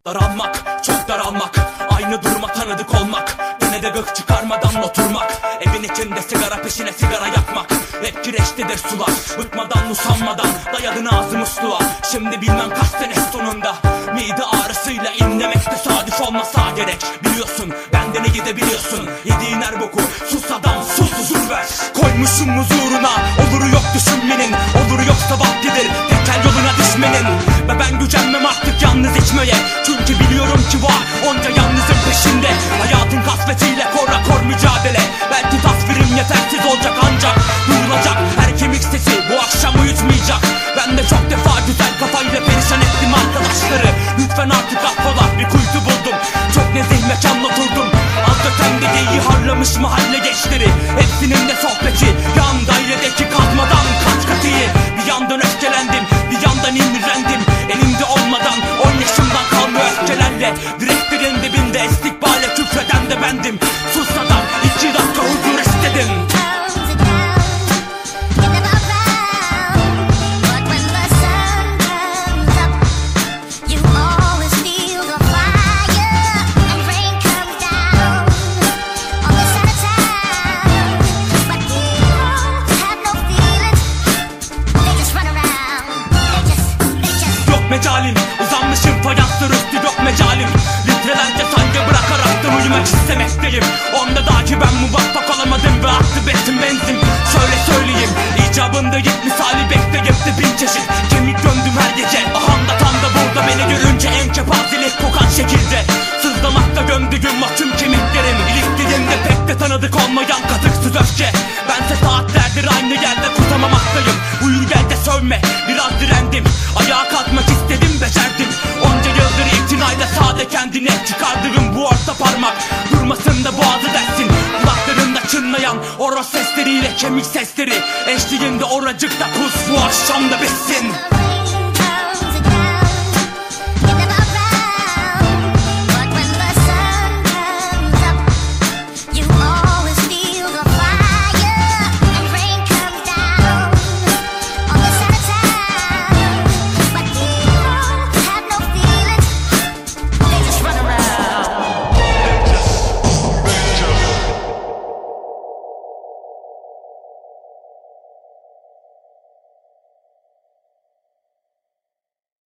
Daralmak, çok daralmak, aynı duruma tanıdık olmak, yine de gık çıkarmadan oturmak, evin içinde sigara peşine sigara yakmak. Hep kireçtedir sular, bıkmadan usanmadan dayadın ağzı musluğa. Şimdi bilmem kaç sene sonunda mide ağrısıyla inlemek tesadüf olmasa gerek. Biliyorsun benden iyi de biliyorsun, yediğin her boku sus adam sus, huzur ver. Koymuşum huzuruna, oluru yok düşünmenin, oluru yoksa vaktidir tekel yoluna düşmenin. Ve ben gücenmem artık yalnız içmeye, çünkü biliyorum ki var onca yalnızın peşinde. Hayatın kasvetiyle kora kor mücadele, belki tasvirim yetersiz olacak ancak duyulacak her kemik sesi bu akşam uyutmayacak. Ben de çok defa güzel kafayla perişan ettim arkadaşları, lütfen artık affola, bir kuytu buldum, çok nezih mekanla oturdum. Anlatamda iyi harlamış mahalle gençleri, hepsinin de sohbeti yan dairedeki kazmadan kaç katı iyi. Bir yandan öfkelendim, bir yandan imrendim, elimde olmadan 10 yaşımdan kalma öfkelerle direklerin dibinde istikbale küfreden de bendim. Sus adam, 2 dakika huzur istedim. Mecalim uzanmışım fayanslar üstü yok mecalim. Litrelerce sancı bırakaraktan uyumak istemekteyim. Onda dahi ben muvaffak olamadım ve akıbetim benzin. Şöyle söyleyeyim, icabında git misali bekleyip de bin çeşit kemik gömdüm her gece. Ahanda tam da burada beni görünce en kepazelik kokan şekilde sızlamakta gömdüğüm tüm kemiklerim. İlikliğimde pek de tanıdık olmayan katıksız öfke. Bense saatlerdir aynı yerde kusamaktayım. Uyur gel de sövme, biraz direndim, ayağa kalkmak istedim, becerdim. Onca yıldır itinayla sade kendine çıkardığım bu orta parmak durmasın da boğazı dersin. Kulaklarında çınlayan oros sesleriyle kemik sesleri eşliğinde oracıkta kus bu akşam da bitsin.